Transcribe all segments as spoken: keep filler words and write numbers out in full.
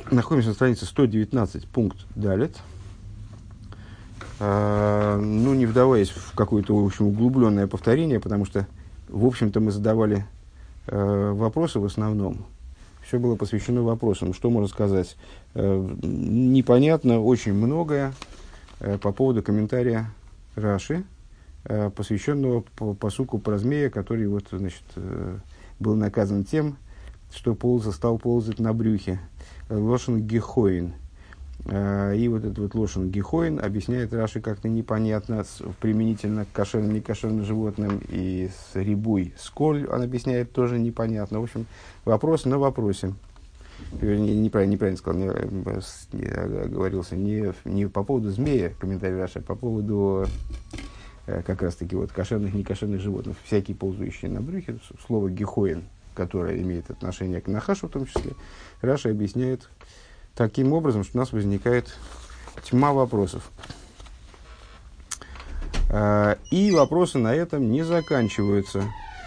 Находимся на странице сто девятнадцать, пункт далит. А, ну, не вдаваясь в какое-то, в общем, углубленное повторение, потому что, в общем-то, мы задавали э, вопросы в основном. Все было посвящено вопросам. Что можно сказать? Э, непонятно очень многое э, по поводу комментария Раши, э, посвященного по, посуку про змея, который вот, значит, э, был наказан тем, что ползал, стал ползать на брюхе. Лошен Гехоин. И вот этот вот Лошен Гехоин объясняет Раши как-то непонятно, с, применительно к кошерным, некошерным животным, и с рибуй сколь он объясняет тоже непонятно. В общем, вопрос на вопросе. Вернее, неправильно, неправильно сказал, не, не, оговорился, не, не по поводу змея, комментарий Раши, а по поводу как раз-таки вот кошерных, некошерных животных, всякие ползающие на брюхе, слово Гехоин, которое имеет отношение к нахашу в том числе, Раши объясняет таким образом, что у нас возникает тьма вопросов. И вопросы на этом не заканчиваются.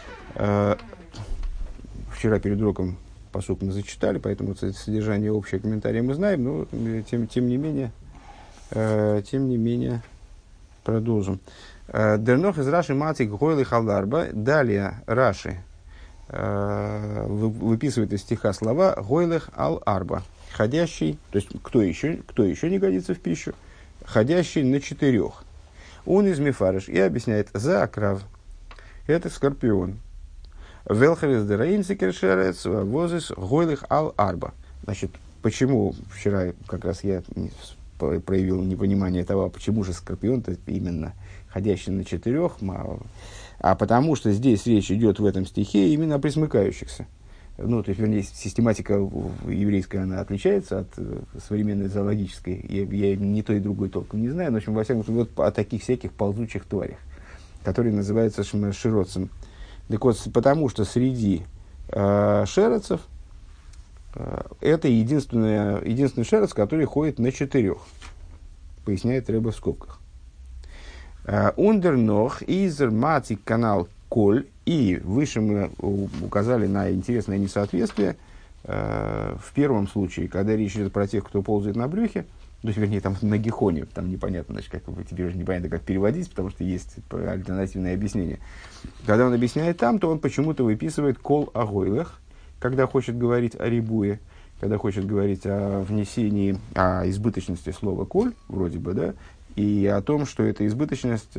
Вчера перед уроком пасук мы зачитали, поэтому содержание общее комментария мы знаем, но тем, тем не менее, тем не менее продолжим. Дернох из Раши Матик Гойли Халдарба. Далее Раши выписывает из стиха слова «Гойлех ал-арба», ходящий, то есть кто еще, кто еще не годится в пищу, ходящий на четырех. Он из Мифарыш и объясняет «за акрав». Это скорпион. «Велхарис дераин секершерец возис гойлех ал-арба». Значит, почему вчера как раз я проявил непонимание того, почему же скорпион-то именно ходящий на четырех, а потому что здесь речь идет в этом стихе именно о пресмыкающихся. Ну, то есть, вернее, систематика еврейская, она отличается от современной зоологической. Я, я ни то и другой толком не знаю, но, в общем, во всяком случае, вот о таких всяких ползучих тварях, которые называются широцем. Так вот, потому что среди э, шерецов э, это единственный, единственный шерец, который ходит на четырех, поясняет Ребе в скобках. Ундернох изер матик канал коль. И выше мы указали на интересное несоответствие. Э, в первом случае, когда речь идет про тех, кто ползает на брюхе, то есть, вернее, там на гехоне, там непонятно, значит, как, теперь уже непонятно, как переводить, потому что есть альтернативное объяснение. Когда он объясняет там, то он почему-то выписывает кол о гойлах, когда хочет говорить о рибуе, когда хочет говорить о внесении, о избыточности слова коль, вроде бы, да, и о том, что эта избыточность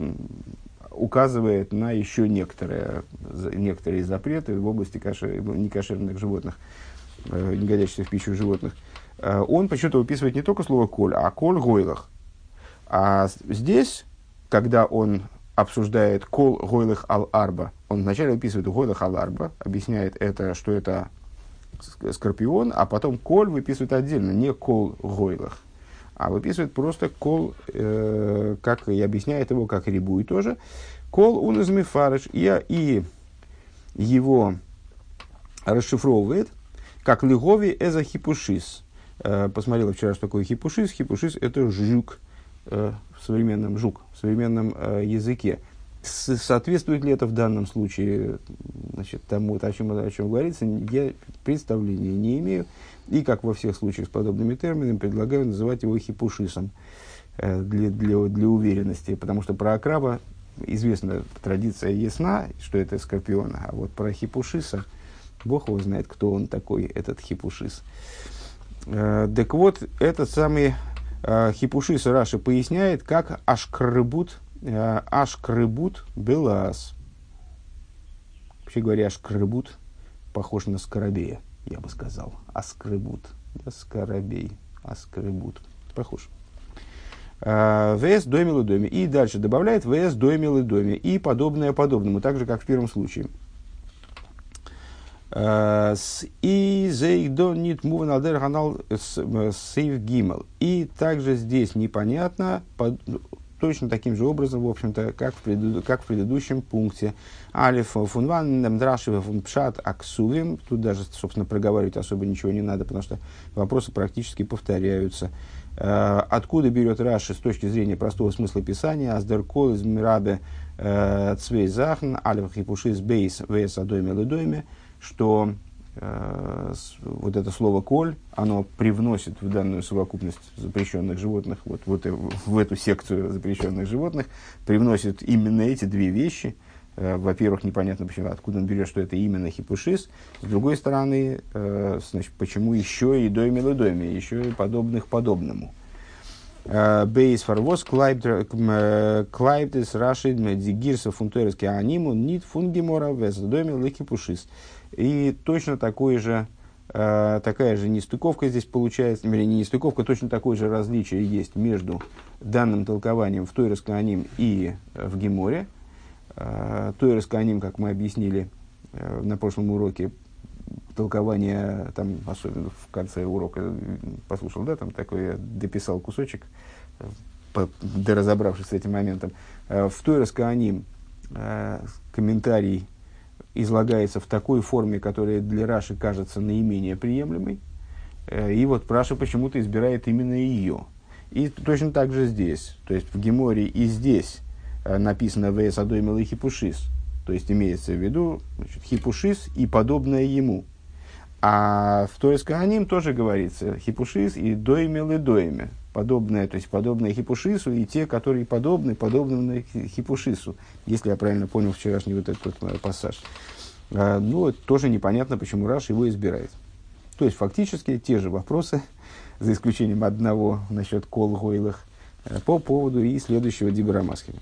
указывает на еще некоторые, некоторые запреты в области кашер, некошерных животных, э, не годящихся в пищу животных. Э, он почему-то выписывает не только слово «коль», а «коль гойлах». А здесь, когда он обсуждает «кол гойлах ал-арба», он вначале выписывает «гойлах ал-арба», объясняет это, что это скорпион, а потом «коль» выписывает отдельно, не «кол гойлах», а выписывает просто кол, э, как и объясняет его, как рибуй тоже. Кол он из Мифарыш, и, и его расшифровывает как лигови эза хипушис. Э, посмотрела вчера, что такое хипушис. Хипушис – это жук, э, в современном жук, в современном э, языке. С, соответствует ли это в данном случае, значит, тому, о чем, о чем говорится, я представления не имею. И, как во всех случаях с подобными терминами, предлагаю называть его хипушисом э, для, для, для уверенности. Потому что про акраба известна традиция ясна, что это скорпион. А вот про хипушиса, Бог его знает, кто он такой, этот хипушис. Э, так вот, этот самый э, хипушис Раши поясняет, как ашкрыбут, э, ашкрыбут белас. Вообще говоря, ашкрыбут похож на скоробея, я бы сказал. Аскрыбут. Да, скоробей. Аскрыбут. Похож. ВС доймил и доме. И дальше добавляет ВС доймил и доме. И подобное подобному. Так же, как в первом случае. И зейдон нит муван алдер канал сейв гимел. И также здесь непонятно, точно таким же образом, в общем-то, как в, преду, как в предыдущем пункте. Алиф фунван намдрашиве фунпшат аксувим. Тут даже, собственно, проговаривать особо ничего не надо, потому что вопросы практически повторяются. Откуда берет Раши с точки зрения простого смысла писания? Аздеркол из мирабе цвей захн, алиф хипушис бейс вес адойме ледойме, что э, вот это слово «коль», оно привносит в данную совокупность запрещенных животных, вот, вот в эту секцию запрещенных животных, привносит именно эти две вещи. Во-первых, непонятно, почему, откуда он берет, что это именно хипушис. С другой стороны, э, значит, почему еще и доймел и дойме, еще и подобных подобному. Бейс фарвоз клайбдес рашид дигирса фунтуэрски аниму нит фунгимора вес доймел и хипушис. И точно такой же, э, такая же нестыковка здесь получается, или не нестыковка, точно такое же различие есть между данным толкованием в Тойрес Коаним и в Геморе. Тойрес Коаним, как мы объяснили э, на прошлом уроке, толкование, там, особенно в конце урока послушал, да, там такой я дописал кусочек, по, доразобравшись с этим моментом. Э, в Тойрес Коаним э, комментарий излагается в такой форме, которая для Раши кажется наименее приемлемой, э, и вот Раша почему-то избирает именно ее. И точно так же здесь, то есть в Геморе и здесь написано «Вэс адоймел и хипушис», то есть имеется в виду, значит, хипушис и подобное ему. А в Тойрес Коаним тоже говорится хипушис и доймел и дойме, подобное, то есть подобное хипушису и те, которые подобны подобному хипушису, если я правильно понял вчерашний вот этот вот пассаж. А, ну, тоже непонятно, почему Раш его избирает. То есть фактически те же вопросы, за исключением одного насчет кол гойлых, по поводу и следующего дибра масхина.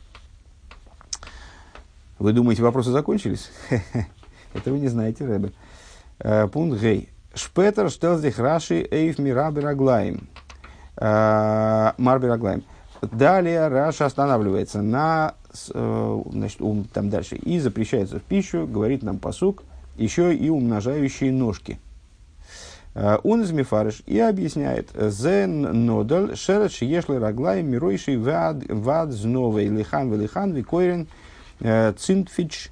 Вы думаете, вопросы закончились? Это вы не знаете, Ребе. Пункт Гей. Шпетер штелздих Раши эйф мирабираглаем. Марбираглаем. Далее Раша останавливается на, значит, ум, там дальше. И запрещается в пищу, говорит нам пасук, еще и умножающие ножки. Он из Мифарыш и объясняет: «Зен нодаль шерет шиешлы раглаем миройший вад зновей лихан велихан викойрен цинтфич».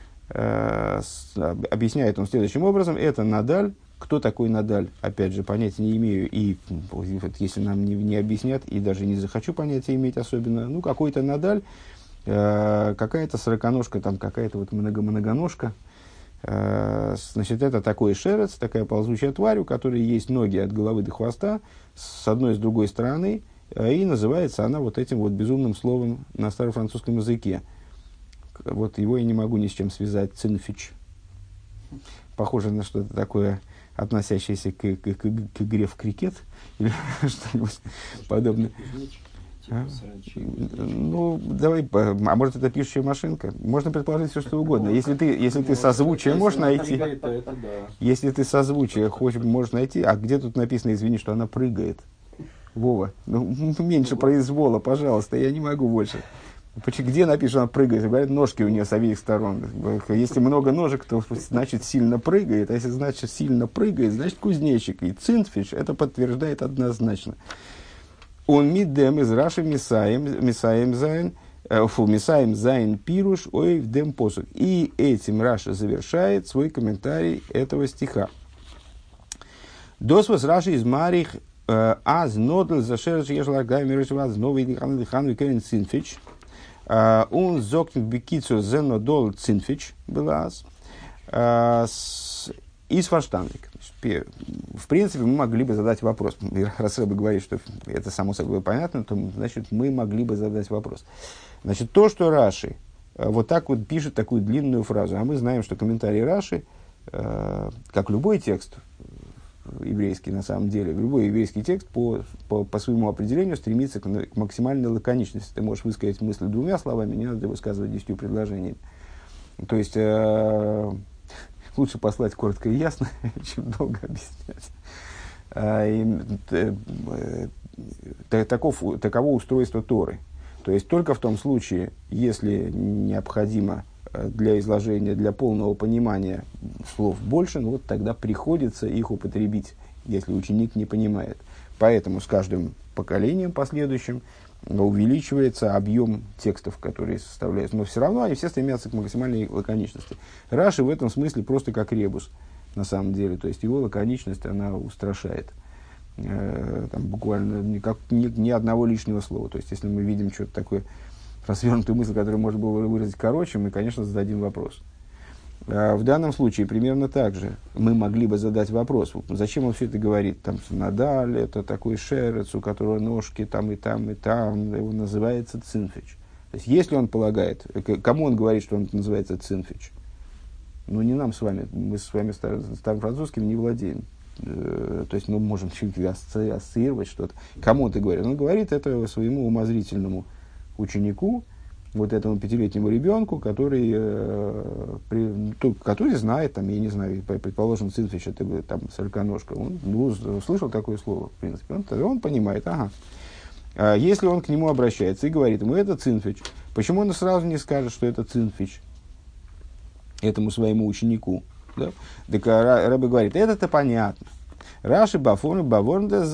Объясняет он следующим образом: это надаль. Кто такой надаль? Опять же, понятия не имею, и вот, если нам не, не объяснят, и даже не захочу понятия иметь особенно, ну, какой-то надаль, э, какая-то сороконожка, там какая-то вот много-многоножка. Значит, это такой шерец, такая ползучая тварь, у которой есть ноги от головы до хвоста, с одной и с другой стороны, и называется она вот этим вот безумным словом на старофранцузском языке. Вот его я не могу ни с чем связать. Цинфич. Похоже на что-то такое, относящееся к, к, к, к игре в крикет или что-нибудь подобное. А? Ну, давай, а может, это пишущая машинка? Можно предположить все, что угодно. Если ты, если ты созвучие можешь найти, если ты созвучие хочешь, можешь найти, а где тут написано, извини, что она прыгает? Вова, ну, меньше произвола, пожалуйста, я не могу больше. Где написано, что она прыгает? Говорят, ножки у нее с обеих сторон. Если много ножек, то значит сильно прыгает. А если значит сильно прыгает, значит кузнечик. И цинтфиш это подтверждает однозначно. Он миддем из Раши Мисаем, Мисаем Зайн, фу, Мисаем Зайн Пируш, ой, в дем посук. И этим Раша завершает свой комментарий этого стиха. Досвос Раши из Марих аз нодл зашерш ежлагай мирышваз новый дихан дихан викерин цинфич. Он зокнет бекицу зенодол цинфич белаз. Из фарштанвик. В принципе, мы могли бы задать вопрос. Раз Рэбе говорит, что это само собой понятно, то, значит, мы могли бы задать вопрос. Значит, то, что Раши вот так вот пишет такую длинную фразу, а мы знаем, что комментарий Раши, как любой текст еврейский на самом деле, любой еврейский текст по, по, по своему определению стремится к, к максимальной лаконичности. Ты можешь высказать мысль двумя словами, не надо высказывать десятью предложениями. То есть... Лучше послать коротко и ясно, чем долго объяснять. А, и, э, э, таков, таково устройство Торы. То есть только в том случае, если необходимо для изложения, для полного понимания слов больше, ну, вот тогда приходится их употребить, если ученик не понимает. Поэтому с каждым поколением последующим увеличивается объем текстов, которые составляются. Но все равно они все стремятся к максимальной лаконичности. Раши в этом смысле просто как ребус, на самом деле. То есть его лаконичность, она устрашает. Э, там буквально никак, ни, ни одного лишнего слова. То есть если мы видим что-то такое, развернутую мысль, которую можно было выразить короче, мы, конечно, зададим вопрос. В данном случае примерно так же мы могли бы задать вопрос, зачем он все это говорит, там, Надаль, это такой шерец, у которого ножки там и там и там, его называется цинфич. То есть, если он полагает, кому он говорит, что он называется цинфич? Ну, не нам с вами, мы с вами старым, старым французским не владеем. То есть, мы можем чуть-чуть ассоциировать что-то. Кому ты говоришь? Он говорит это своему умозрительному ученику, вот этому пятилетнему ребенку, который, э, при, то, который знает, там, я не знаю, предположим, цинфич, это там сороконожка, он ну, слышал такое слово, в принципе, он, он понимает, ага. А если он к нему обращается и говорит ему, это цинфич, почему он сразу не скажет, что это цинфич этому своему ученику? Да? Так Ребе говорит, это-то понятно. Раши бафорн баворнде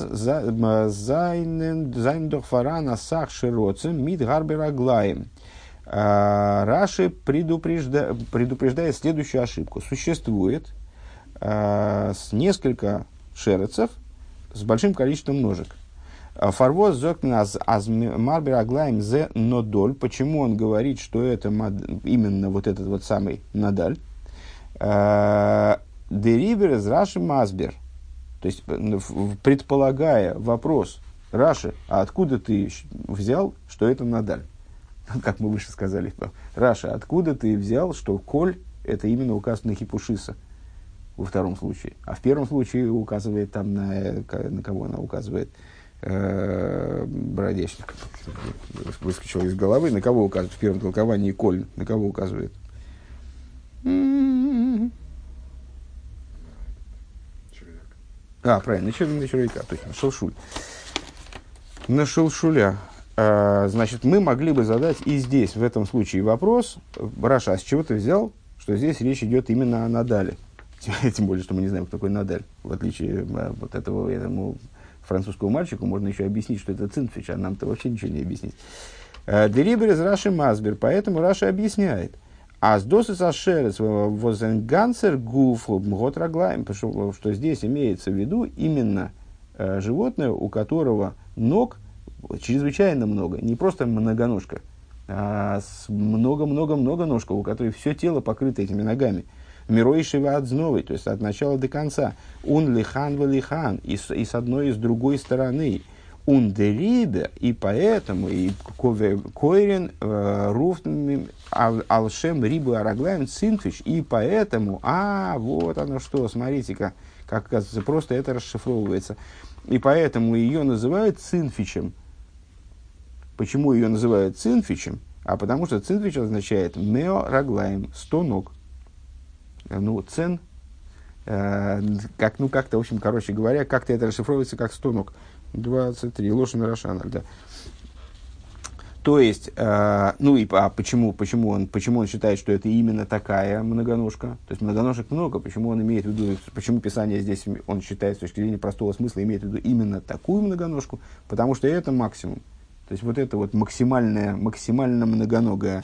зайндохфарана сах широцем мид гарбераглаем. Раши предупрежда, предупреждает следующую ошибку. Существует а, с несколько шерецев с большим количеством ножек. Фарвоз зокназ аз марбераглаем зе нодоль. Почему он говорит, что это мад, именно вот этот вот самый надаль? Дерибер из Раши Мазбер. То есть, предполагая вопрос Раши, а откуда ты взял, что это надаль? Как мы выше сказали. Раша, откуда ты взял, что коль это именно указано на хипушиса во втором случае? А в первом случае указывает там на, на кого она указывает? Э, Бородечник. Выскочил из головы. На кого указывает? В первом толковании коль. На кого указывает? А, правильно, на червяка. Точно, шелшуль. На шелшуля. Значит, мы могли бы задать и здесь, в этом случае, вопрос, Раша, а с чего ты взял, что здесь речь идет именно о Надале? Тем более, что мы не знаем, кто такой Надаль. В отличие от вот этого этому французскому мальчику, можно еще объяснить, что это цинфич, а нам-то вообще ничего не объяснить. Дерибер из Раши Мазбер, поэтому Раша объясняет. А с досыс ашерец возенгансер гуф мгот раглаем, что здесь имеется в виду именно животное, у которого ног чрезвычайно много, не просто многоножка, а много-много-много ножка, у которой все тело покрыто этими ногами. Мироишева от зновой, то есть от начала до конца. Ун лихан ва лихан, и с, и с одной и с другой стороны. Ун дерида, и поэтому, и койрен руфтами алшем рибу араглаем цинфич, и поэтому, а, вот оно что, смотрите-ка, как оказывается, просто это расшифровывается. И поэтому ее называют цинфичем. Почему ее называют цинфичем? А потому что цинфич означает мео раглаем, сто ног. Ну, цен, э, как, ну, как-то, в общем, короче говоря, как-то это расшифровывается как сто ног. двадцать три, лошадь Рошана, да. То есть, э, ну и а почему, почему, он, почему он считает, что это именно такая многоножка? То есть, многоножек много, почему он имеет в виду, почему Писание здесь, он считает, с точки зрения простого смысла, имеет в виду именно такую многоножку? Потому что это максимум. То есть, вот это вот максимальная, максимально многоногая,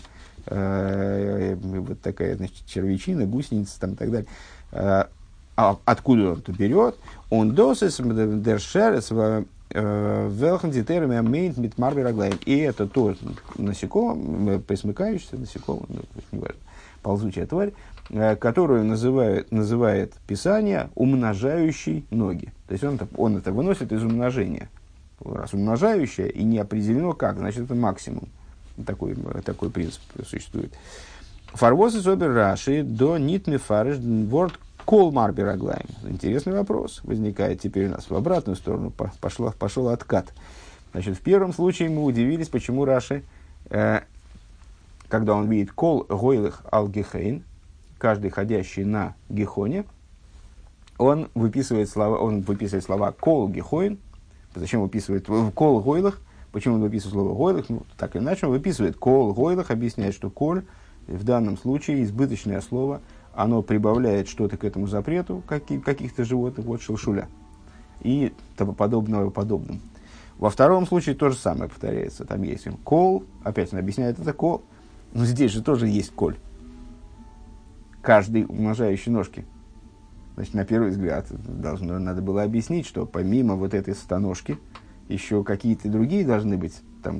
э, вот такая, значит, червячина, гусеница там и так далее. Э, а откуда он это берет? Он досыс дершерес в велхен дитерами амейнт мит марбераглаем. И это то насекомое, пресмыкающееся насекомое, ну, неважно, ползучая тварь, которую называют, называет Писание умножающей ноги. То есть, он это, он это выносит из умножения. Раз умножающее и не определено как, значит, это максимум. Такой, такой принцип существует. Фарвоз из обер Раши до нитми фариш ворд кол марбераглаем. Интересный вопрос возникает теперь у нас в обратную сторону. Пошел, пошел откат. Значит, в первом случае мы удивились, почему Раши, э, когда он видит кол гойлых ал гехейн, каждый ходящий на гехоне, он выписывает слова, он выписывает слова кол гехойн. Зачем выписывает в кол гойлах? Почему он выписывает слово гойлах? Ну, так или иначе, он выписывает кол гойлах, объясняет, что коль в данном случае избыточное слово, оно прибавляет что-то к этому запрету каких- каких-то животных, вот шелшуля, и тому подобного подобным. Во втором случае то же самое повторяется. Там есть кол, опять он объясняет это кол, но здесь же тоже есть коль. Каждый умножающий ножки. Значит, на первый взгляд должно, надо было объяснить, что помимо вот этой стоножки еще какие-то другие должны быть, там,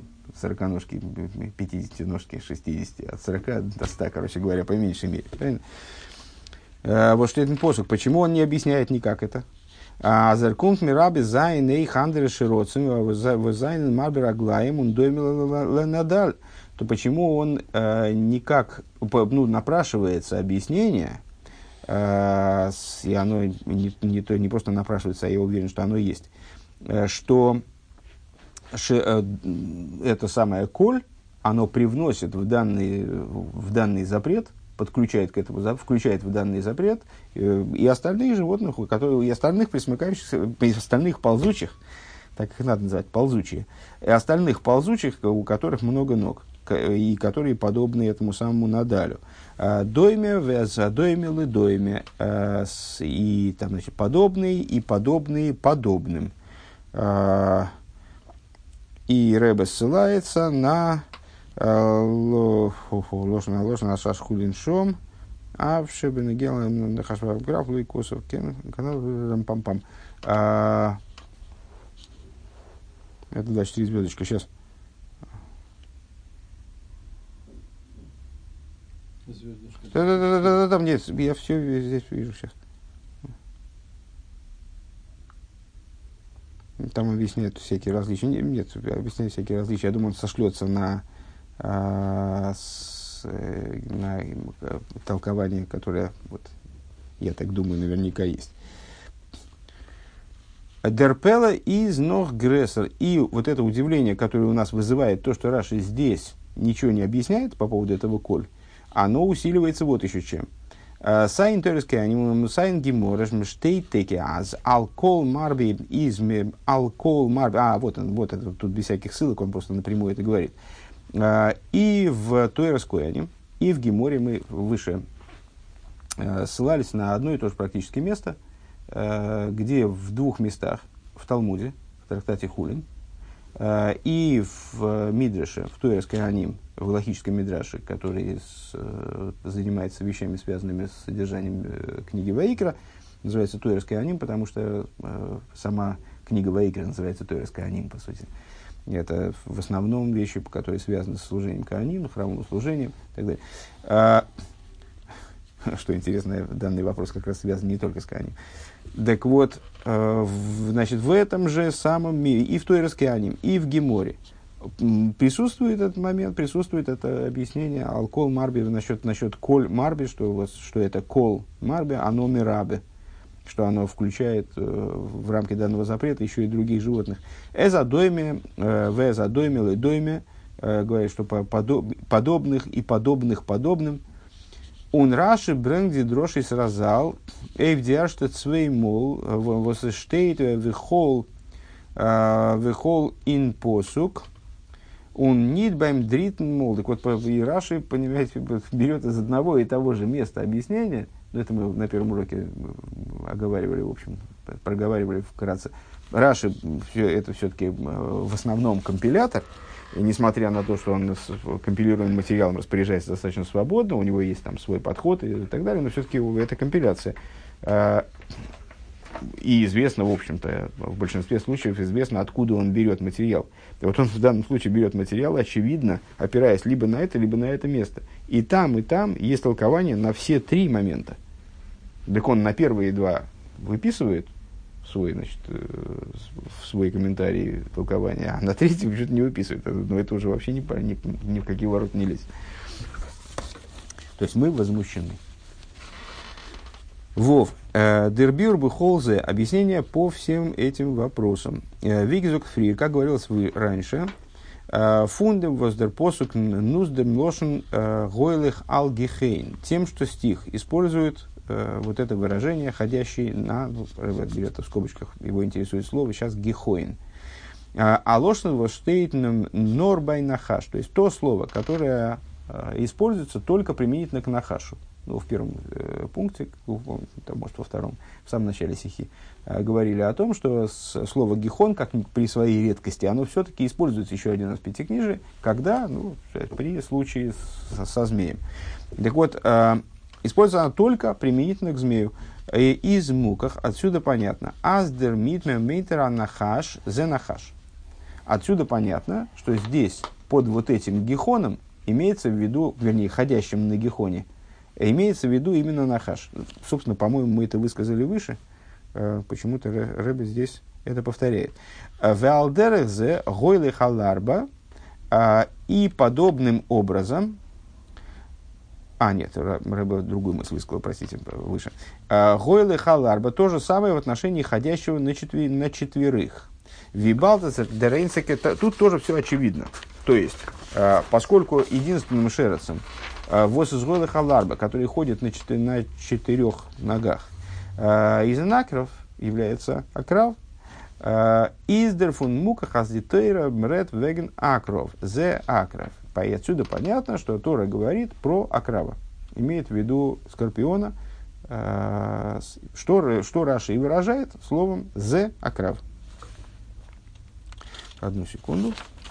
сороконожки, пятидесятиножки, шестидесяти, от сорока до ста, короче говоря, по меньшей мере. Правильно? Вот что этот посук, почему он не объясняет никак это? Азеркунт мираби зайн эй хандре широцим зайн марбер аглаем он домил ленадаль. То почему он э, никак, ну, напрашивается объяснение, э, и оно не, не, то, не просто напрашивается, а я уверен, что оно есть, э, что ше, э, это самое коль, оно привносит в данный, в данный запрет, подключает к этому, включает в данный запрет и остальных животных, которые, и остальных присмыкающихся, и остальных ползучих, так их надо называть, ползучие, и остальных ползучих, у которых много ног, и которые подобны этому самому надалю. Дойме, везадоймелы, дойме, и там, значит, подобные, и подобные подобным. И Ребе ссылается на ложно ложно ашаш хулин шом, а в шебенегел на хашбарграф лейкосов канал пам пам. Это дальше три звездочка. Сейчас. Да, да, да, да, да, там нет, я все здесь вижу сейчас. Там объясняют всякие различия. Нет, объясняют всякие различия. Я думаю, он сошлется на, а, с, на толкование, которое, вот, я так думаю, наверняка есть. Дерпела из ног грессер. И вот это удивление, которое у нас вызывает то, что Раши здесь ничего не объясняет по поводу этого коль, оно усиливается вот еще чем. Сайн ториске анимум сайн гемореш мштейт теке аз алкол марби из алкол марби. А, вот он, вот это, тут без всяких ссылок, он просто напрямую это говорит. И в Тойрской аним, и в Геморе мы выше ссылались на одно и то же практически место, где в двух местах, в Талмуде, в трактате Хулин, и в Мидраше, в Тойрской аним, в логическом мидраше, который с, э, занимается вещами, связанными с содержанием э, книги Ваикра, называется Тойрский аним, потому что э, сама книга Ваикра называется Тойрский аним, по сути. Это в основном вещи, которые связаны с служением Коаним, храмовым служением и так далее. А, что интересно, данный вопрос как раз связан не только с Коаним. Так вот, э, в, значит, в этом же самом мире, и в Тойрский аним, и в Геморе, присутствует этот момент, присутствует это объяснение алкол марби насчет, насчет коль марби, что, что это кол марби, оно мирабе, что оно включает э, в рамки данного запрета еще и других животных. Эзадойме, э, вэзадойме, лэдойме, э, говорит, что по, подоб, подобных и подобных подобным. Он раши бренди дроши сразал, эйвдиашта цвей мол, восштейт вихол, вихол ин посук, он нит бэм дритн мол. Так вот, и Раши, понимаете, берет из одного и того же места объяснения. Ну, это мы на первом уроке оговаривали, в общем, проговаривали вкратце. Раши все, это все-таки в основном компилятор. И несмотря на то, что он с компилируемым материалом распоряжается достаточно свободно, у него есть там свой подход и так далее, но все-таки это компиляция. И известно, в общем-то, в большинстве случаев известно, откуда он берет материал. И вот он в данном случае берет материал, очевидно, опираясь либо на это, либо на это место. И там, и там есть толкование на все три момента. Так он на первые два выписывает свой, значит, в свой комментарий толкования, а на третий почему-то не выписывает. Но это уже вообще ни, ни, ни в какие ворота не лезет. То есть мы возмущены. Вов. Дербюр бухолзе. Объяснение по всем этим вопросам. Вигзук фри, как говорилось вы раньше, фундем воздерпосук нуздем лошен гойлых алгихейн. Тем, что стих использует вот это выражение, ходящий на, ну, берет в скобочках, его интересует слово, сейчас гихоин. А лошен воштейтным норбай нахаш, то есть то слово, которое используется только применительно к нахашу. Ну, в первом э, пункте, там, может, во втором, в самом начале стихи, э, говорили о том, что с, слово «гихон», как при своей редкости, оно все-таки используется еще один раз в Пятикнижии, когда, ну, при случае с, со змеем. Так вот, э, используется оно только применительно к змею. Э, из муках, отсюда понятно, «аздер митме мейтера нахаш зе нахаш». Отсюда понятно, что здесь под вот этим гихоном имеется в виду, вернее, ходящим на гихоне, Имеется в виду именно нахаш. Собственно, по-моему, мы это высказали выше. Почему-то Ребе здесь это повторяет. Веалдерехзе гойлы халарба. И подобным образом... А, нет, Ребе другую мысль высказал, простите, выше. Гойлы халарба, то же самое в отношении ходящего на, четвер... на четверых. Вибалтас дерейнсеке, тут тоже все очевидно. То есть, поскольку единственным шерецем вос из гойлы халарба, который ходит на, четы... на четырех ногах, из анакров является акрав. Издерфун мука хаздитейра мрет веген акров. Зе акров. И отсюда понятно, что Тора говорит про акрава. Имеет в виду скорпиона, что, что Раши и выражает словом зе акрав. Одну секунду.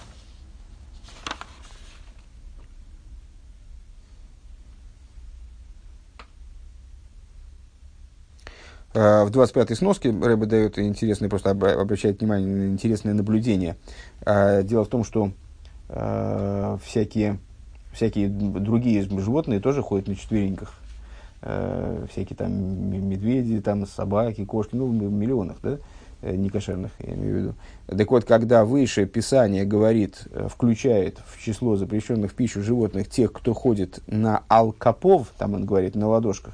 В двадцать пятой сноске Ребе дает интересное, просто обращает внимание на интересное наблюдение. Дело в том, что э, всякие, всякие другие животные тоже ходят на четвереньках. Э, всякие там медведи, там, собаки, кошки, ну, в миллионах, да, некошерных, я имею в виду. Так вот, когда выше Писание говорит, включает в число запрещенных в пищу животных тех, кто ходит на алкапов, там он говорит, на ладошках,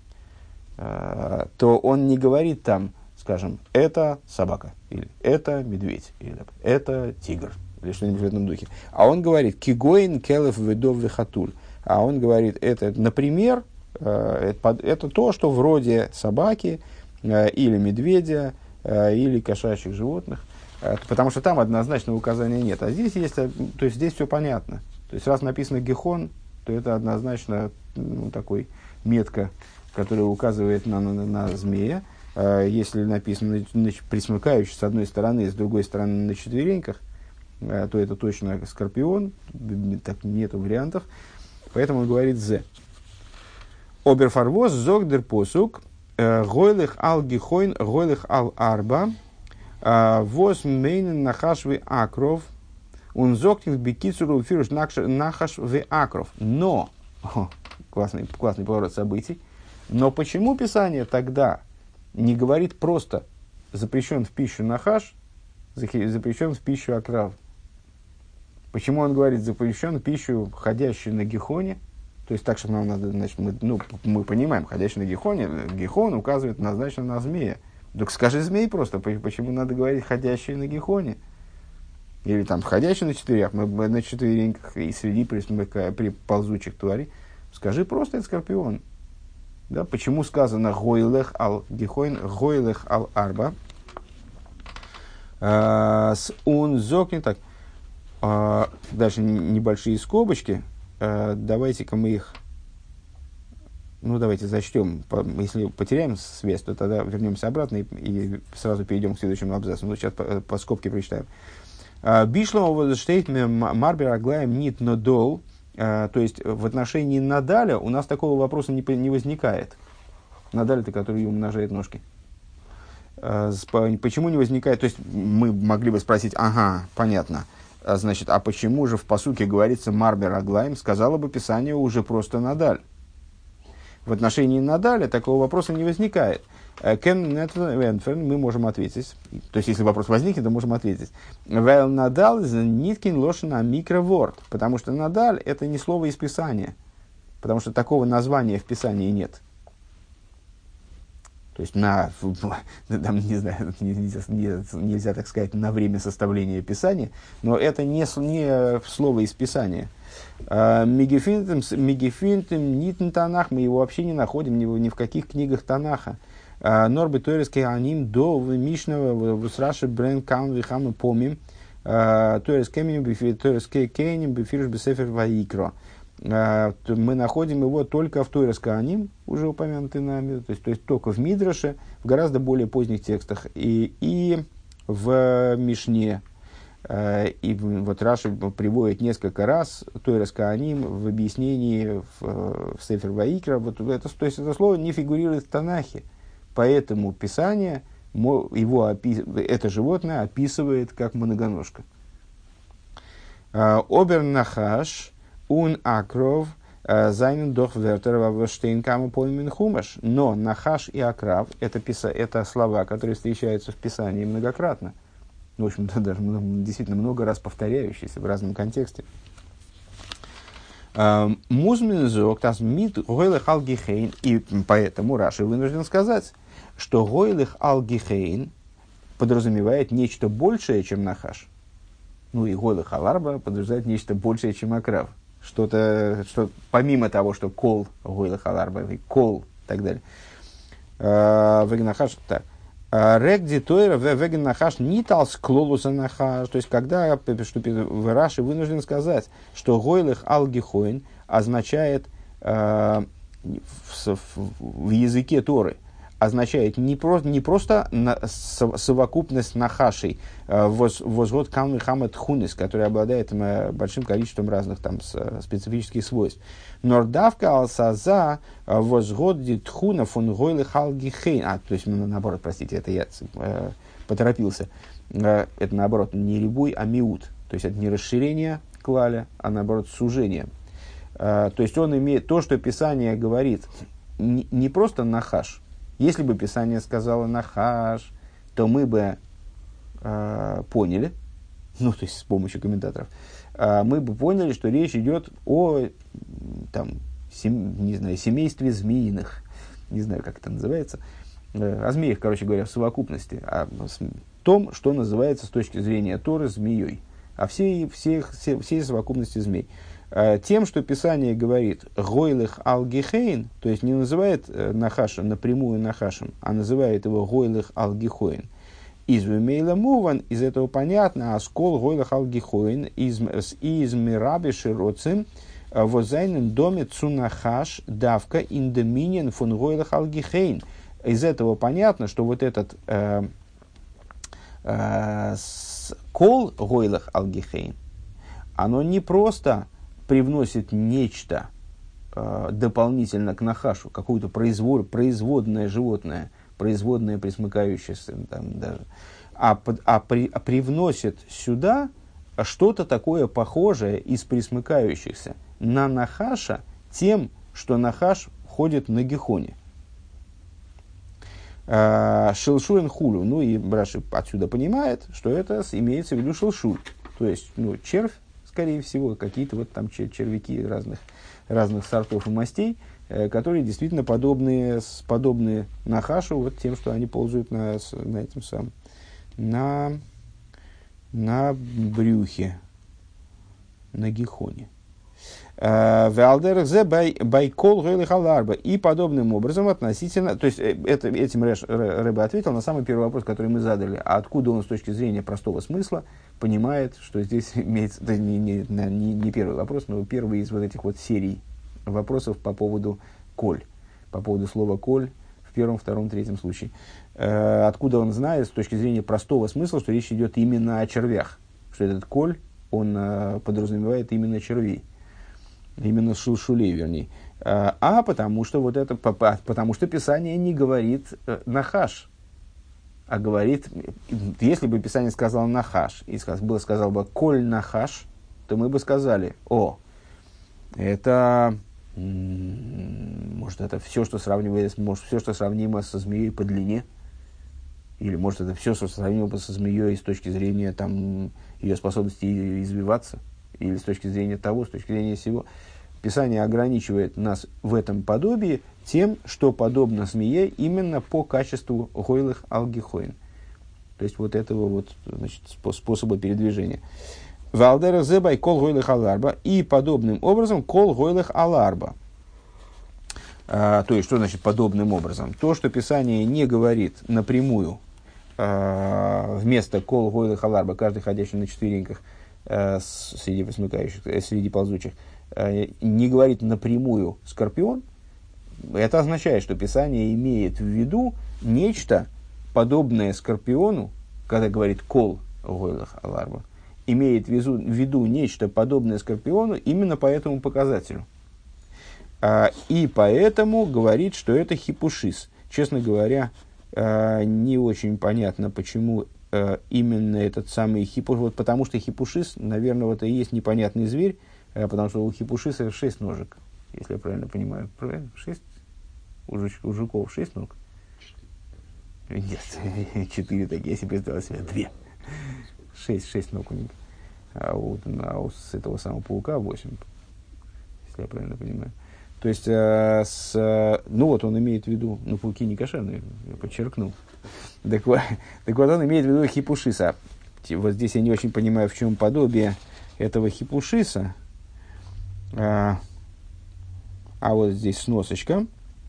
то он не говорит там, скажем, это собака, или это медведь, или это тигр, или что-нибудь в этом духе. А он говорит кигоин келев ведов вехатуль. А он говорит, это, например, это то, что вроде собаки, или медведя, или кошачьих животных, потому что там однозначного указания нет. А здесь есть, то есть здесь все понятно. То есть раз написано гехон, то это однозначно, ну, такой метка, которая указывает на, на, на змея. Если написано присмыкающий с одной стороны, с другой стороны на четвереньках, то это точно скорпион, так нету вариантов. Поэтому он говорит «зе». Оберфарвоз зогдер посук гойлых ал гихойн гойлых ал арба воз мейн нахаш ви акров он зогтинг бекицуру фируш нахаш ви акров. Но, о, классный, классный поворот событий, но почему Писание тогда не говорит просто запрещен в пищу нахаш, запрещен в пищу акрав? Почему он говорит запрещен в пищу, ходящую на гихоне? То есть так, что нам надо, значит, мы, ну, мы понимаем, ходящий на гихоне, гихон указывает однозначно на змея. Так скажи змей просто, почему надо говорить ходящий на гихоне? Или там ходящий на четверях, мы, мы на четвереньках и среди присмыка, при ползучих тварей. Скажи просто, это скорпион. Да, почему сказано гойлех ал гихойн, гойлех ал арба? С ун зокнет так. А, дальше небольшие скобочки. А, давайте-ка мы их, ну давайте зачтем. По, если потеряем связь, то тогда вернемся обратно и, и сразу перейдем к следующему абзацу. Ну, сейчас по, по скобке прочитаем. Бишлом возштейт марбер аглаем нит нодол. То есть в отношении Надаля у нас такого вопроса не, не возникает. Надаль, это который умножает ножки. Почему не возникает? То есть мы могли бы спросить, ага, понятно. Значит, а почему же в пасуке говорится Марбер Аглаем? Сказала бы Писание уже просто Надаль. В отношении Надаля такого вопроса не возникает. Мы можем ответить. То есть, если вопрос возникнет, то можем ответить. Вел Надаль ниткин лошана микроворд. Потому что Надаль это не слово из Писания. Потому что такого названия в Писании нет. То есть, на, там, не знаю, нельзя, нельзя так сказать, на время составления Писания, но это не, не слово из Писания. Мегефинтем нитн Танах, мы его вообще не находим ни, ни в каких книгах Танаха. Норбы Торецкий аним до Мишного в Раши Брен Каун Вихам помим. Торецкий Торецкий Кейним Бефирш Бесефер Ваикро. Мы находим его только в Тойрес Кааним, уже упомянутый нами, то есть, то есть только в Мидраше, в гораздо более поздних текстах, и, и в Мишне. И вот Раши приводит несколько раз Тойрес Кааним в объяснении в, в Сефер Ваикра. Вот это, то есть это слово не фигурирует в Танахе, поэтому Писание его, это животное описывает как многоножка. Обернахаш ун акров Зайнен дох вертер штейнкаму поймен хумаш. Но нахаш и акрав это, писа, это слова, которые встречаются в Писании многократно. В общем-то, даже действительно много раз повторяющиеся в разном контексте. Музминзок тас мит гойлых алгихейн. И поэтому Раши вынужден сказать, что гойлых алгихейн подразумевает нечто большее, чем нахаш. Ну и гойлых аларба подразумевает нечто большее, чем акрав. Что-то, что помимо того, что кол гойлых аларба, кол и так далее. Вегнахаш, так. Регди тойра вегнахаш не талс клолуса нахаш. То есть, когда в Раши вынужден сказать, что гойлых алгихойн означает э, в, в языке Торы, означает не, про, не просто на, совокупность нахашей, возгод камы хамет хунис, который обладает большим количеством разных там специфических свойств. Нордавка алсаза возгод дитхуна фун гойлых алгихейн. А, то есть, наоборот, простите, это я э, поторопился. Это, наоборот, не рибуй, а миут. То есть, это не расширение клаля, а, наоборот, сужение. Э, то есть, он имеет то, что Писание говорит, не, не просто нахаш. Если бы Писание сказало нахаш, то мы бы э, поняли, ну, то есть с помощью комментаторов, э, мы бы поняли, что речь идет о там, сем, не знаю, семействе змеиных, не знаю, как это называется, э, о змеях, короче говоря, в совокупности, о том, что называется с точки зрения Торы змеей, о всей, всех, всей, всей совокупности змей. Тем, что Писание говорит «гойлых алгихейн», то есть не называет э, нахаша напрямую нахашем, а называет его «гойлых алгихоин». Из вимейла муван, из этого понятно, а скол «гойлых алгихоин» из, из мираби широцим возайнен доме цунахаш давка индоминен фун «гойлых алгихейн». Из этого понятно, что вот этот э, э, кол «гойлых алгихейн», оно не просто привносит нечто э, дополнительно к нахашу, какое-то производ, производное животное, производное присмыкающееся, там, даже, а, под, а, при, а привносит сюда что-то такое похожее из присмыкающихся на нахаша тем, что нахаш ходит на гехоне. Шилшуэн хулю. Ну и Раши отсюда понимает, что это имеется в виду шилшуль. То есть, ну, червь, скорее всего, какие-то вот там червяки разных, разных сортов и мастей, э, которые действительно подобны, подобны нахашу вот тем, что они ползают на, на этом самом, на, на брюхе, на гихоне. И подобным образом относительно, то есть это, этим Рэбе ответил на самый первый вопрос, который мы задали, а откуда он с точки зрения простого смысла понимает, что здесь имеется, это не, не, не, не первый вопрос, но первый из вот этих вот серий вопросов по поводу коль, по поводу слова коль в первом, втором, третьем случае. Откуда он знает с точки зрения простого смысла, что речь идет именно о червях, что этот коль, он подразумевает именно червей. Именно шилшулей, вернее. А потому что вот это, потому что Писание не говорит нахаш, а говорит, если бы Писание сказало нахаш, и было сказал бы коль нахаш, то мы бы сказали, о, это, может, это все, что сравнивается, может, все, что сравнимо со змеей по длине, или может, это все, что сравнимо со змеей с точки зрения там, ее способности извиваться, или с точки зрения того, с точки зрения всего. Писание ограничивает нас в этом подобии тем, что подобно змее именно по качеству гойлых алгихоин. То есть вот этого вот, значит, способа передвижения. Валдера зебай кол гойлых аларба. И подобным образом кол гойлых аларба. А, то есть, что значит подобным образом? То, что Писание не говорит напрямую, а, вместо кол гойлых аларба, каждый ходящий на четвереньках, среди пресмыкающих, среди ползучих, не говорит напрямую скорпион, это означает, что Писание имеет в виду нечто подобное скорпиону, когда говорит кол гойлах аларба, имеет в виду, в виду нечто подобное скорпиону именно по этому показателю. И поэтому говорит, что это хипушис. Честно говоря, не очень понятно, почему именно этот самый хипушис, вот потому что хипушис, наверное, вот и есть непонятный зверь, потому что у хипушиса шесть ножек. если я правильно понимаю. Правильно? Шесть? У, жуч, у жуков шесть ног? Нет, четыре такие, я себе представил себе две. Шесть, шесть ног у них. А у, а у с этого самого паука восемь, если я правильно понимаю. То есть, э, с, ну вот он имеет в виду, ну пауки не кошерные, я подчеркнул. Так вот, так вот он имеет в виду хипушиса. Вот здесь я не очень понимаю, в чем подобие этого хипушиса. А, а вот здесь сносочка.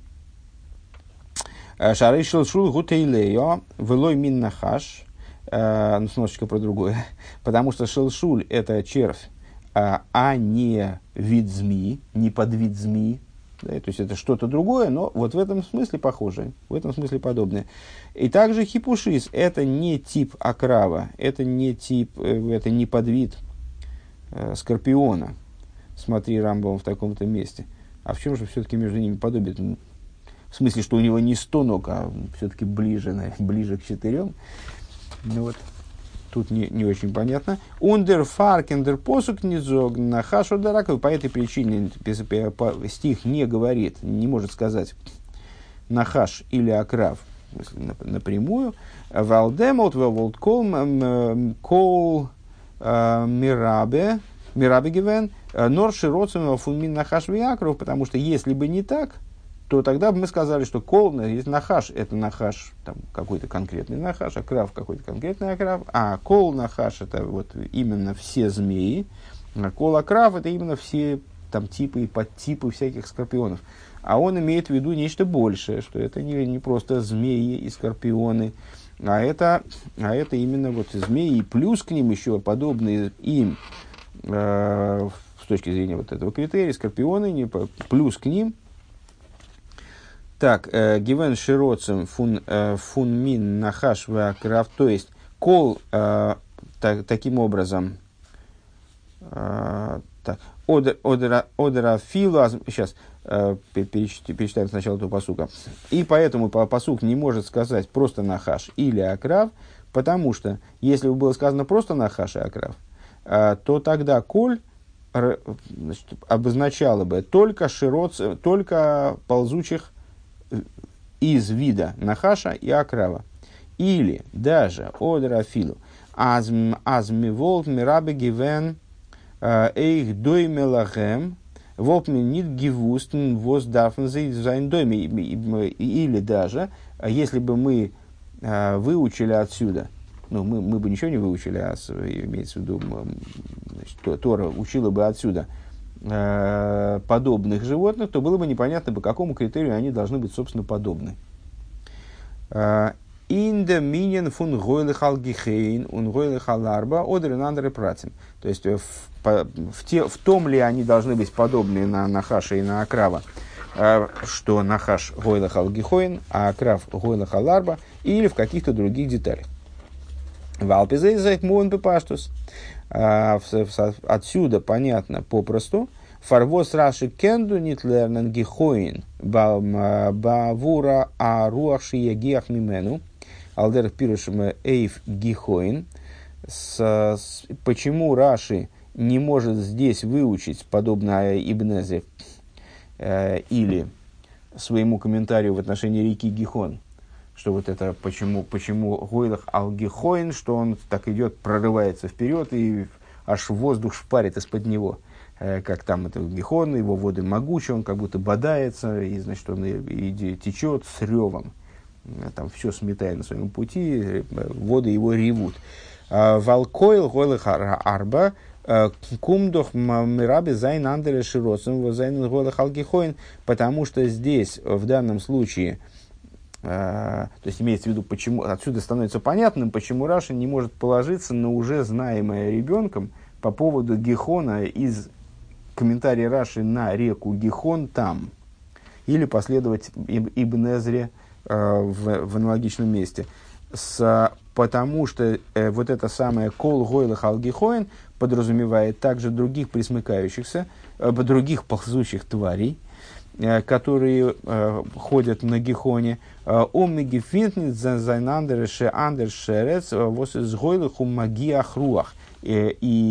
Шары шилшул гутейлео велой мин нахаш. Ну, сносочка про другое. Потому что шилшуль – это червь, а не вид змеи, не подвид змеи. Да, то есть это что-то другое, но вот в этом смысле похожее, в этом смысле подобное. И также хипушис – это не тип окрава, это не тип, это не подвид э, скорпиона. Смотри, Рамбам в таком-то месте. А в чем же все-таки между ними подобие? В смысле, что у него не сто ног, а все-таки ближе, ближе к четырем. Ну вот, тут не, не очень понятно. Ундер фаркендер посук низог нахаш удараков. По этой причине стих не говорит, не может сказать нахаш или акрав напрямую. Валдемот валдкол кол мирабе мирабе гивен норши родственного фунмин нахаш виакров. Потому что если бы не так, то тогда бы мы сказали, что кол, есть нахаш, это нахаш, там, какой-то конкретный нахаш, акрав какой-то конкретный акрав, а кол нахаш это вот именно все змеи, а кол акрав это именно все там, типы и подтипы всяких скорпионов. А он имеет в виду нечто большее, что это не, не просто змеи и скорпионы, а это, а это именно вот змеи, и плюс к ним еще подобные им, э, с точки зрения вот этого критерия, скорпионы, не, плюс к ним. Так, гивен широцем фун, фун мин нахаш вакрав, то есть кол э, так, таким образом э, одера филу, сейчас э, перечитаем сначала эту пасука. И поэтому пасук не может сказать просто нахаш или акрав, потому что если бы было сказано просто нахаш и акрав, э, то тогда коль значит, обозначало бы только широцем, только ползучих из вида нахаша и акрава. Или даже одерафилу азми волт мирабе гивен эйх дойме лахем волт нит гивустен воздафн зайн дойме. Или даже, если бы мы выучили отсюда, ну, мы, мы бы ничего не выучили, а имеется в виду, значит, Тора учила бы отсюда подобных животных, то было бы непонятно, по какому критерию они должны быть, собственно, подобны. Инда минен фун гойлых алгихейн ун гойлых аларба одрен андре пратим. То есть, в, в, те, в том ли они должны быть подобны на нахаша и на акрава, что нахаш гойлых алгихойн, а акрав гойлых аларба, или в каких-то других деталях. Валпизей зайт муэн пепаштус. Отсюда понятно попросту. Фарвос раши кенду нитлернен гихоин бавура а руахши ягиах мимену алдер пирушем эйв гихоин. Почему Раши не может здесь выучить, подобно Ибн Эзре, э, или своему комментарию в отношении реки Гихон, что вот это почему, почему Гойлах Ал-Гихоин, что он так идет, прорывается вперед и аж воздух шпарит из-под него, э, как там это Гихон, его воды могучие, он как будто бодается, и значит он и, и течет с ревом, там все сметая на своем пути, воды его ревут. Валкойл Гойлах Арба кумдох мираби зайн андере широцем зайн Гойлах Ал-Гихоин, потому что здесь в данном случае, то есть имеется в виду, почему отсюда становится понятным, почему Раши не может положиться на уже знаемое ребенком по поводу Гихона из комментария Раши на реку Гихон там, или последовать Ибн Эзре э, в, в аналогичном месте, с, потому что э, вот это самое кол гойлах ал-гихоин подразумевает также других присмыкающихся, э, других ползущих тварей, которые э, ходят на Гихоне. «Омми гефинтнит зайнандереше андершерец вос из гойлых умагиах руах». И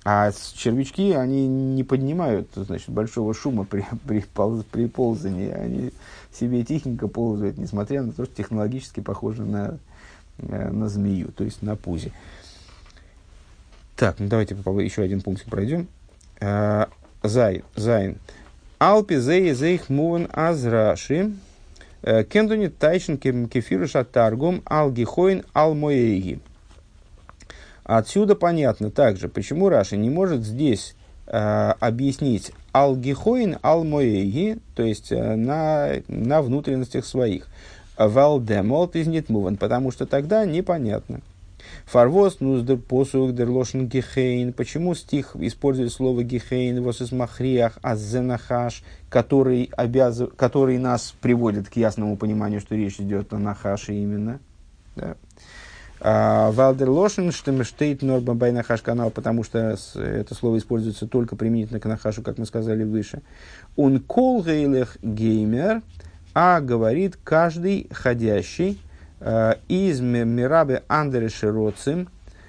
А червячки, они не поднимают, значит, большого шума при, при, полз, при ползании. Они себе тихенько ползают, несмотря на то, что технологически похожи на, на змею, то есть на пузе. Так, ну давайте еще один пунктик пройдем. Зай, зайн. Алпи зей зейх муван азраши. Кендуни тайшн кефируша таргум алгихоин алмоэги. Отсюда понятно также, почему Раши не может здесь э, объяснить алгихоин алмоэги, то есть э, на, на внутренностях своих. Валдемолт из нитмуван, потому что тогда непонятно. Фарвоз нуздер посух дер лошен гихейн. Почему стих использует слово гихейн вос из махриах аззенахаш, который, обязыв... который нас приводит к ясному пониманию, что речь идет о нахаше именно. Да. Валдер лошен штейт норма бай нахаш канал, потому что это слово используется только применительно к нахашу, как мы сказали выше. Он кол гейлех геймер, а говорит каждый ходящий из мирабе андеры широцим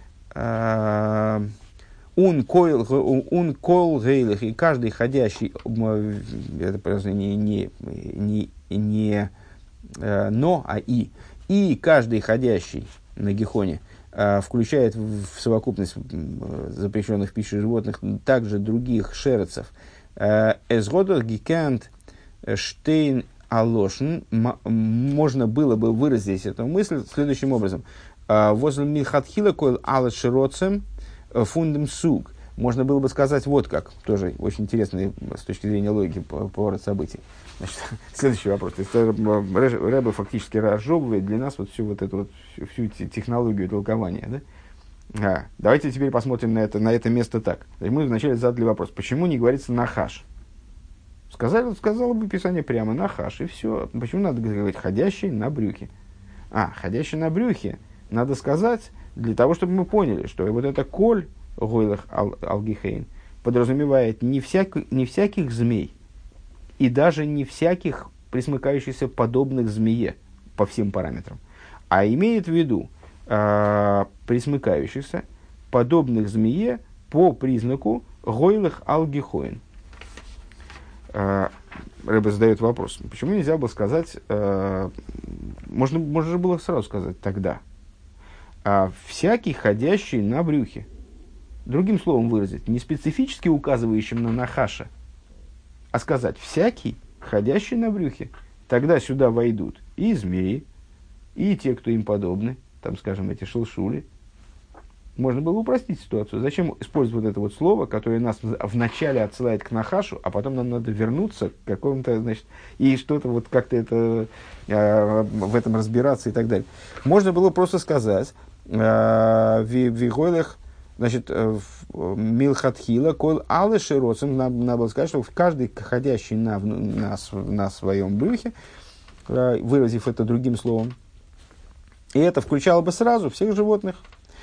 он кол гейлех, и каждый ходящий, это просто не, не, не, не но, а и, и каждый ходящий на гихоне включает в совокупность запрещенных в пище животных также других шерцев. Эзгодах гикант штейн алошн, можно было бы выразить эту мысль следующим образом. Возле милхатхила койл алат широцем фундам суг. Можно было бы сказать вот как, тоже очень интересный с точки зрения логики поворот событий. Значит, следующий вопрос. То есть Рэбе фактически разжевывает для нас вот всю вот эту вот, всю, всю технологию толкования. Да? А, давайте теперь посмотрим на это, на это место так. То есть мы вначале задали вопрос, почему не говорится нахаш? Сказали, сказало бы Писание прямо нахаш, и все. Почему надо говорить ходящий на брюхе? А, ходящий на брюхе надо сказать для того, чтобы мы поняли, что вот это коль гойлах алгихейн подразумевает не, всяк, не всяких змей, и даже не всяких присмыкающихся подобных змее по всем параметрам, а имеет в виду э, присмыкающихся подобных змее по признаку гойлых алгихоин. Э, Рэбе задает вопрос, почему нельзя было сказать, э, можно, можно же было сразу сказать тогда, э, всякий ходящий на брюхе. Другим словом выразить, не специфически указывающим на нахаша, а сказать всякий, ходящий на брюхе. Тогда сюда войдут и змеи, и те, кто им подобны, там, скажем, эти шелшули. Можно было упростить ситуацию. Зачем использовать вот это вот слово, которое нас вначале отсылает к нахашу, а потом нам надо вернуться к какому-то, значит, и что-то вот как-то это, э, в этом разбираться и так далее. Можно было просто сказать, э, вигойлех, значит, милхатхила, койл алы широцем, надо было сказать, что каждый ходящий на, на, на своем брюхе, выразив это другим словом, и это включало бы сразу всех животных,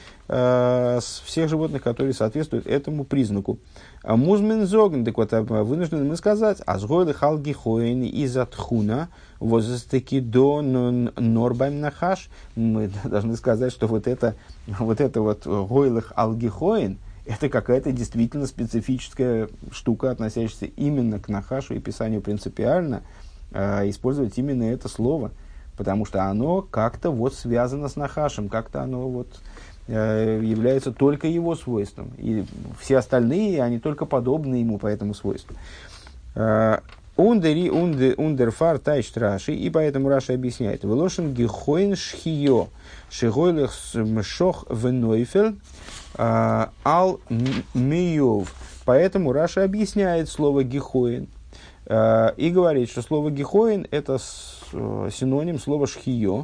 всех животных, которые соответствуют этому признаку. Музмен зогн, так вот, вынуждены мы сказать, азгойлы халгихоин из атхуна, возостаки до норбайм нахаш. Мы должны сказать, что вот это вот, это вот гойлых алгихоин, это какая-то действительно специфическая штука, относящаяся именно к нахашу, и Писанию принципиально э, использовать именно это слово, потому что оно как-то вот связано с нахашем, как-то оно вот является только его свойством. И все остальные, они только подобны ему по этому свойству. Ундери ундерфар тайшт Раши, и поэтому Раши объясняет. Велошен гихоин шхио, шигойлых мшох венойфель ал миев. Поэтому Раши объясняет слово гихоин и говорит, что слово гихоин это синоним слова шхио,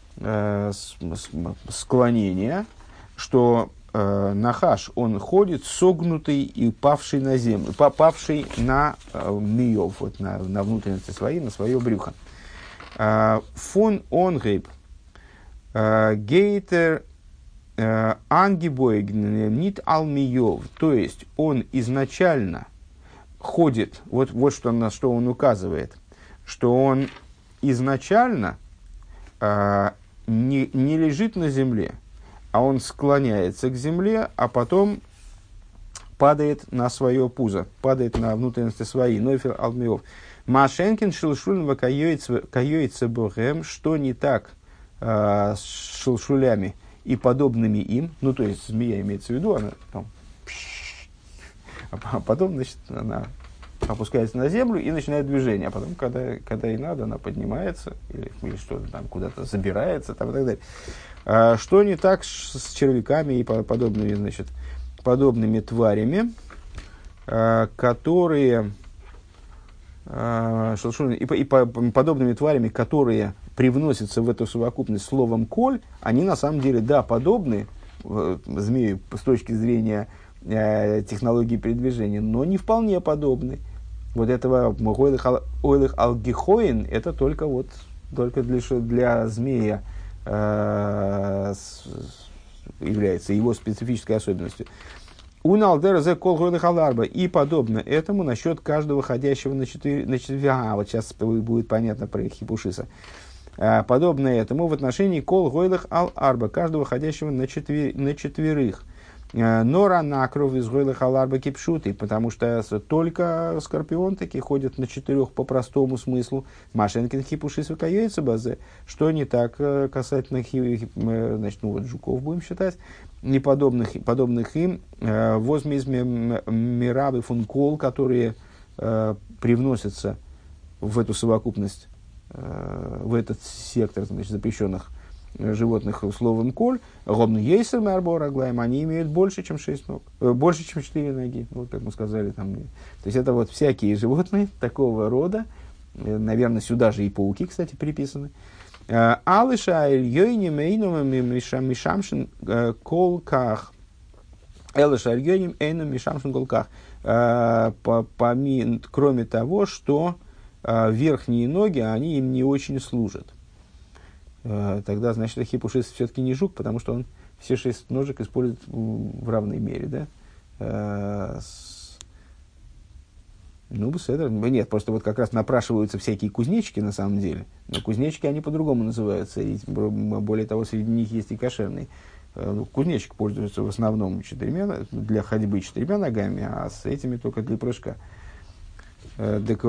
склонение, что э, нахаш, он ходит согнутый и павший на землю, попавший на э, миев, вот, на, на внутренности свои, на свое брюхо. Фон онгейб гейтер ангибойг нит ал миев, то есть он изначально ходит, вот, вот что, на что он указывает, что он изначально э, не, не лежит на земле, а он склоняется к земле, а потом падает на свое пузо, падает на внутренности свои. Нойфер алмиов. Машенкин шилшулин вакайоица богем, что не так э, с шилшулями и подобными им, ну то есть змея имеется в виду, она там, а потом, значит, она опускается на землю и начинает движение, а потом, когда, когда ей надо, она поднимается или, или что-то там куда-то забирается, там, и так далее. А, что не так с червяками и подобными, значит, подобными тварями, а, которые а, и, и по, подобными тварями, которые привносятся в эту совокупность словом «коль», они на самом деле, да, подобны э, змею с точки зрения э, технологии передвижения, но не вполне подобны. Вот этого ойлых алгихоин, это только, вот, только для, для змея э, с, является его специфической особенностью. И подобно этому насчет каждого ходящего на четыре, на четыре, а, вот сейчас будет понятно про хипушиса. Подобно этому в отношении кол гойлых ал арба, каждого ходящего на, четвер, на четверых. Нора накров из гойлых ал арба кипшуты, потому что только скорпион таки ходит на четырех по простому смыслу. Машенкин хипушис выкаюется базе, что не так касательно хи, значит, ну вот жуков будем считать, не подобных, подобных им, возмездме мирабы функол, которые э, привносятся в эту совокупность, э, в этот сектор, значит, запрещенных животных словом коль, ровно ейсер мэрбор аглаем, они имеют больше, чем шесть ног, э, больше, чем четыре ноги, вот как мы сказали там. То есть это вот всякие животные такого рода, э, наверное, сюда же и пауки, кстати, приписаны. Алыша ильёйним эйном мишамшин колках. Элыша ильёйним эйном мишамшин колках. Кроме того, что верхние ноги, они им не очень служат. Тогда, значит, хипушис все-таки не жук, потому что он все шесть ножек использует в равной мере, да? Ну, беседа. Нет, просто вот как раз напрашиваются всякие кузнечики на самом деле. Но кузнечики, они по-другому называются. И более того, среди них есть и кошерные. Кузнечик пользуется в основном четырьмя, для ходьбы четырьмя ногами, а с этими только для прыжка. Так,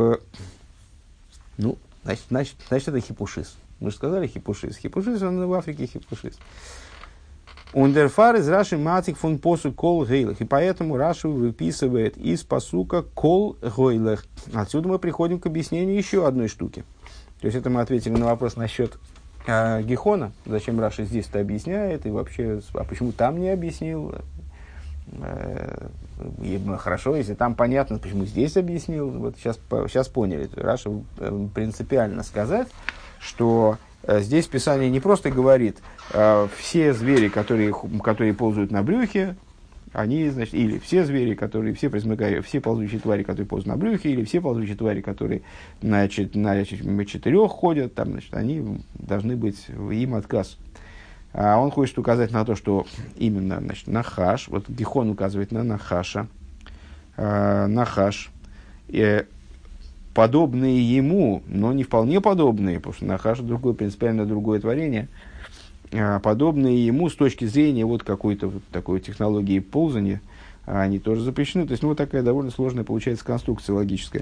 ну, значит, значит, значит, это хипушис. Мы же сказали хипушис. Хипушис, он в Африке хипушис. Ундерфар из Раши матик фун посу кол гейлах. И поэтому Раши выписывает из посука кол гейлах. Отсюда мы приходим к объяснению еще одной штуки. То есть это мы ответили на вопрос насчет э, Гихона. Зачем Раши здесь-то объясняет. И вообще, а почему там не объяснил. Э, и, ну, хорошо, если там понятно, почему здесь объяснил. Вот сейчас, сейчас поняли. Раши э, принципиально сказать, что э, здесь Писание не просто говорит, э, все звери, которые, которые ползают на брюхе, они, значит, или все звери, которые, все, все ползучие твари, которые ползают на брюхе, или все ползучие твари, которые на, на четырех ходят, там, значит, они должны быть, им отказ. А он хочет указать на то, что именно, значит, нахаш, вот Гихон указывает на нахаша, э, нахаш, э, подобные ему, но не вполне подобные, потому что нахаш другое, принципиально другое творение, а подобные ему с точки зрения вот какой-то вот такой технологии ползания, они тоже запрещены. То есть, ну, вот такая довольно сложная получается конструкция логическая.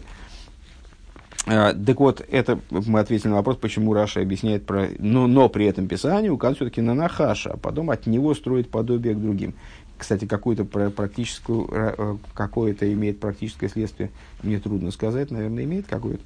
А, так вот, это мы ответили на вопрос, почему Раша объясняет про... Но, но при этом Писание указывает все-таки на нахаша, а потом от него строит подобие к другим. Кстати, какое-то практическую, какое-то имеет практическое следствие, мне трудно сказать, наверное, имеет какое-то.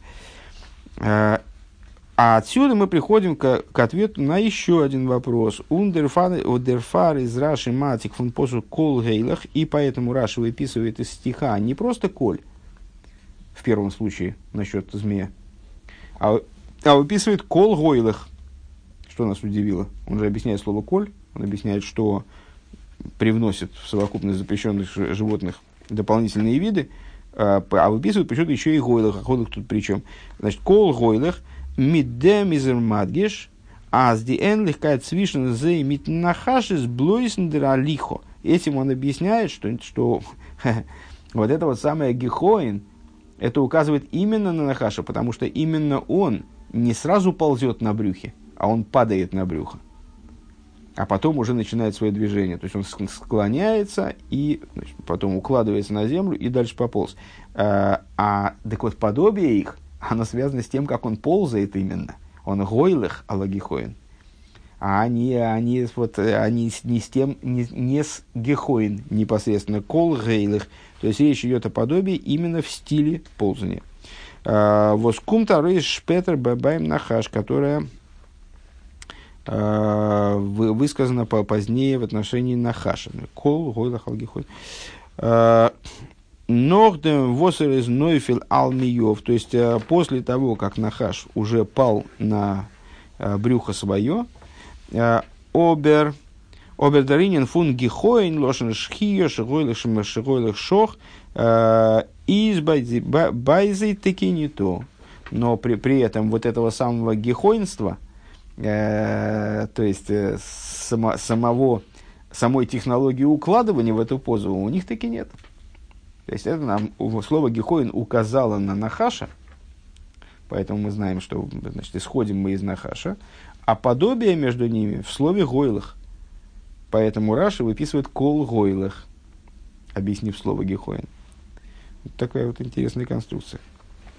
А отсюда мы приходим к, к ответу на еще один вопрос. Ундерфар из Раши матик фон посу кол гейлах, и поэтому Раши выписывает из стиха не просто коль, в первом случае насчет змея, а, а выписывает кол гейлах. Что нас удивило? Он же объясняет слово коль, он объясняет, что привносит в совокупность запрещенных животных дополнительные виды, а выписывают почему-то еще и гойлах. А гойлах тут при чем? Значит, кол гойлах мидде мизер мадгеш, а с диэн легкает свишен зей мит нахашис блойсен дералихо. Этим он объясняет, что, что вот это вот самое гихоин, это указывает именно на нахаша, потому что именно он не сразу ползет на брюхе, а он падает на брюхо. а потом уже начинает свое движение. То есть он склоняется и, значит, потом укладывается на землю и дальше пополз. А, а так вот, подобие их, оно связано с тем, как он ползает именно. Он гойлых алагихоин. А они, они, вот, они не с тем, не, не с гехоин непосредственно, кол гейлых. То есть речь идет о подобии именно в стиле ползания. Воскумта рейс шпетер бабаем нахаш, которая высказана позднее в отношении нахаша. Кол гойлых алгихоин. Нордем восер из нойфель алмиев. То есть после того, как нахаш уже пал на брюхо свое, Обер, обердаринен фун гихоин, лошен шхио, шигойлых шигойлых шох, из байзей таки не то. Но при, при этом вот этого самого гихоинства, э, то есть э, само, самого, самой технологии укладывания в эту позу у них таки нет. То есть это нам слово гихоин указало на нахаша, поэтому мы знаем, что, значит, исходим мы из нахаша. А подобие между ними в слове гойлых. Поэтому Раши выписывает кол гойлых, объяснив слово гехоин. Вот такая вот интересная конструкция.